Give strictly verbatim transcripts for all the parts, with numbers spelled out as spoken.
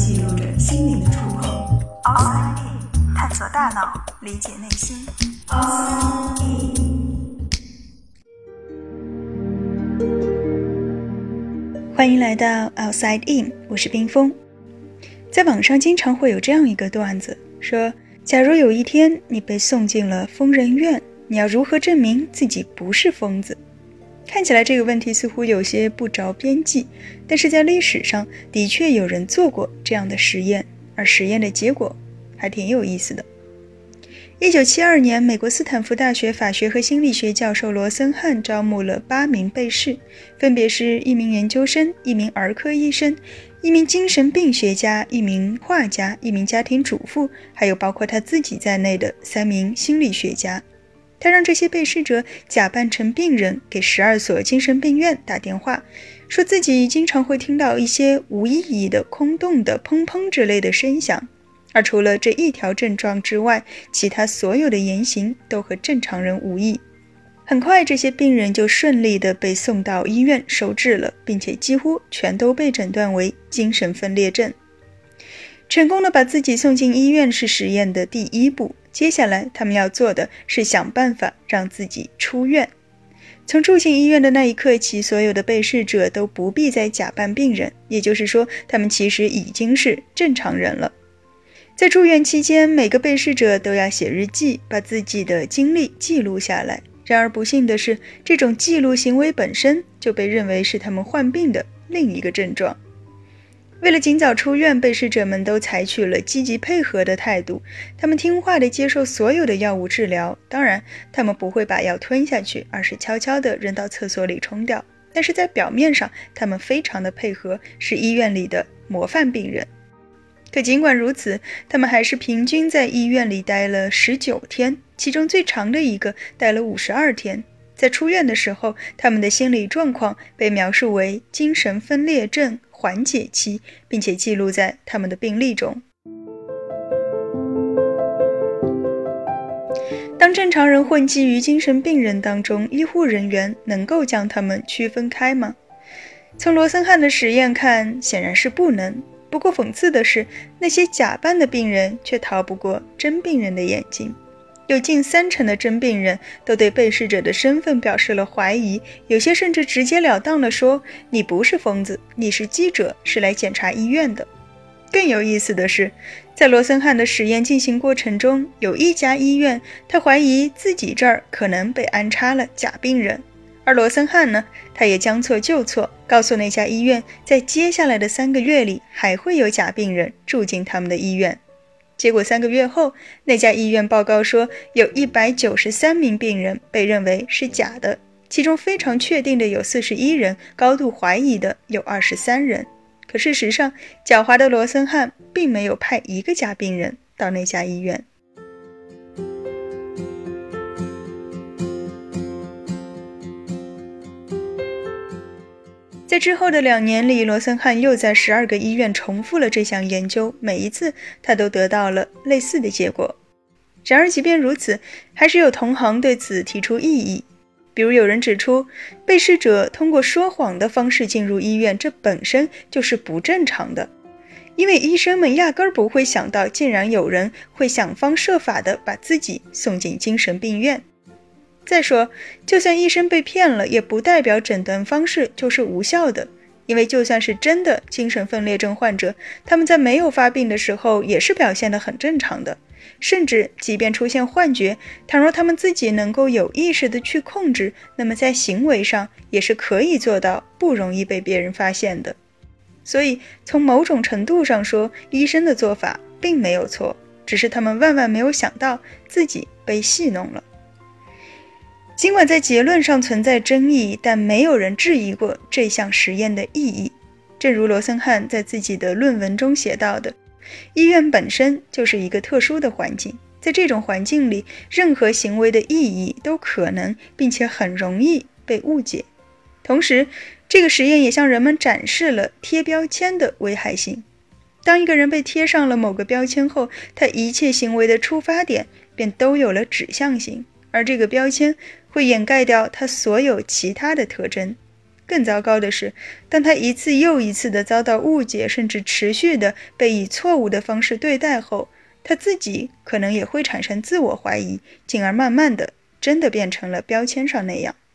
记录着心灵的触碰。Outside In， 探索大脑，理解内心。Outside In， 欢迎来到 Outside In， 我是冰峰。在网上经常会有这样一个段子，说假如有一天你被送进了疯人院，你要如何证明自己不是疯子？看起来这个问题似乎有些不着边际，但是在历史上的确有人做过这样的实验，而实验的结果还挺有意思的。一九七二年，美国斯坦福大学法学和心理学教授罗森汉招募了八名被试，分别是一名研究生、一名儿科医生、一名精神病学家、一名画家、一名家庭主妇，还有包括他自己在内的三名心理学家。他让这些被试者假扮成病人，给十二所精神病院打电话，说自己经常会听到一些无意义的空洞的砰砰之类的声响，而除了这一条症状之外，其他所有的言行都和正常人无异。很快这些病人就顺利地被送到医院收治了，并且几乎全都被诊断为精神分裂症。成功地把自己送进医院是实验的第一步，接下来他们要做的是想办法让自己出院。从住进医院的那一刻起，所有的被试者都不必再假扮病人，也就是说他们其实已经是正常人了。在住院期间，每个被试者都要写日记，把自己的经历记录下来。然而不幸的是，这种记录行为本身就被认为是他们患病的另一个症状。为了尽早出院，被试者们都采取了积极配合的态度，他们听话地接受所有的药物治疗，当然他们不会把药吞下去，而是悄悄地扔到厕所里冲掉。但是在表面上他们非常的配合，是医院里的模范病人。可尽管如此，他们还是平均在医院里待了十九天，其中最长的一个待了五十二天。在出院的时候，他们的心理状况被描述为精神分裂症缓解期，并且记录在他们的病历中。当正常人混迹于精神病人当中，医护人员能够将他们区分开吗？从罗森汉的实验看，显然是不能。不过讽刺的是，那些假扮的病人却逃不过真病人的眼睛。有近三成的真病人都对被试者的身份表示了怀疑，有些甚至直截了当地说，你不是疯子，你是记者，是来检查医院的。更有意思的是，在罗森汉的实验进行过程中，有一家医院他怀疑自己这儿可能被安插了假病人，而罗森汉呢，他也将错就错，告诉那家医院在接下来的三个月里还会有假病人住进他们的医院。结果三个月后，那家医院报告说有一百九十三名病人被认为是假的，其中非常确定的有四十一人，高度怀疑的有二十三人。可事实上，狡猾的罗森汉并没有派一个假病人到那家医院。在之后的两年里，罗森汉又在十二个医院重复了这项研究，每一次他都得到了类似的结果。然而即便如此，还是有同行对此提出异议。比如有人指出，被试者通过说谎的方式进入医院，这本身就是不正常的，因为医生们压根儿不会想到竟然有人会想方设法地把自己送进精神病院。再说，就算医生被骗了，也不代表诊断方式就是无效的，因为就算是真的精神分裂症患者，他们在没有发病的时候也是表现得很正常的，甚至即便出现幻觉，倘若他们自己能够有意识地去控制，那么在行为上也是可以做到不容易被别人发现的。所以从某种程度上说，医生的做法并没有错，只是他们万万没有想到自己被戏弄了。尽管在结论上存在争议，但没有人质疑过这项实验的意义。正如罗森汉在自己的论文中写到的，医院本身就是一个特殊的环境，在这种环境里，任何行为的意义都可能并且很容易被误解。同时，这个实验也向人们展示了贴标签的危害性。当一个人被贴上了某个标签后，他一切行为的出发点便都有了指向性，而这个标签会掩盖掉他所有其他的特征。更更糟糕的是，当他一次又一次地遭到误解，甚至持续地被以错误的方式对待后，他自己可能也会产生自我怀疑，进而慢慢地真的变成了标签上那样。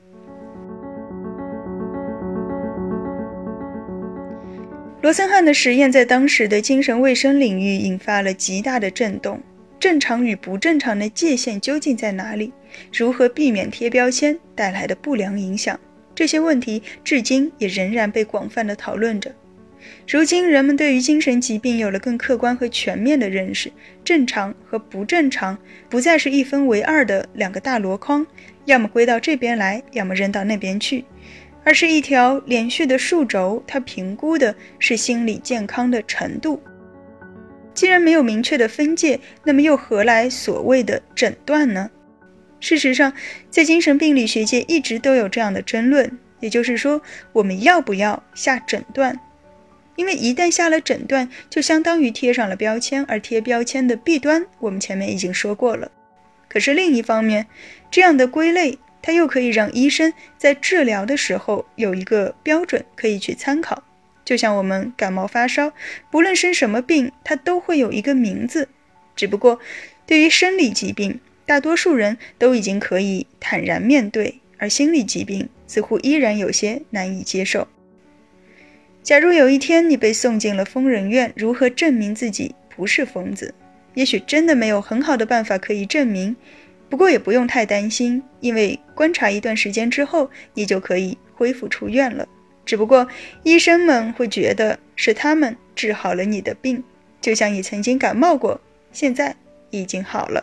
罗森汉的实验在当时的精神卫生领域引发了极大的震动。正常与不正常的界限究竟在哪里？如何避免贴标签带来的不良影响？这些问题至今也仍然被广泛的讨论着。如今人们对于精神疾病有了更客观和全面的认识，正常和不正常不再是一分为二的两个大箩筐，要么归到这边来，要么扔到那边去，而是一条连续的数轴，它评估的是心理健康的程度。既然没有明确的分界，那么又何来所谓的诊断呢？事实上，在精神病理学界一直都有这样的争论，也就是说，我们要不要下诊断？因为一旦下了诊断，就相当于贴上了标签，而贴标签的弊端，我们前面已经说过了。可是另一方面，这样的归类，它又可以让医生在治疗的时候有一个标准可以去参考。就像我们感冒发烧，不论生什么病，它都会有一个名字。只不过，对于生理疾病，大多数人都已经可以坦然面对，而心理疾病似乎依然有些难以接受。假如有一天你被送进了疯人院，如何证明自己不是疯子？也许真的没有很好的办法可以证明，不过也不用太担心，因为观察一段时间之后，你就可以恢复出院了。只不过医生们会觉得是他们治好了你的病，就像你曾经感冒过，现在已经好了。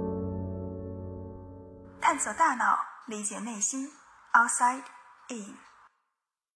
探索大脑，理解内心 ，Outside In。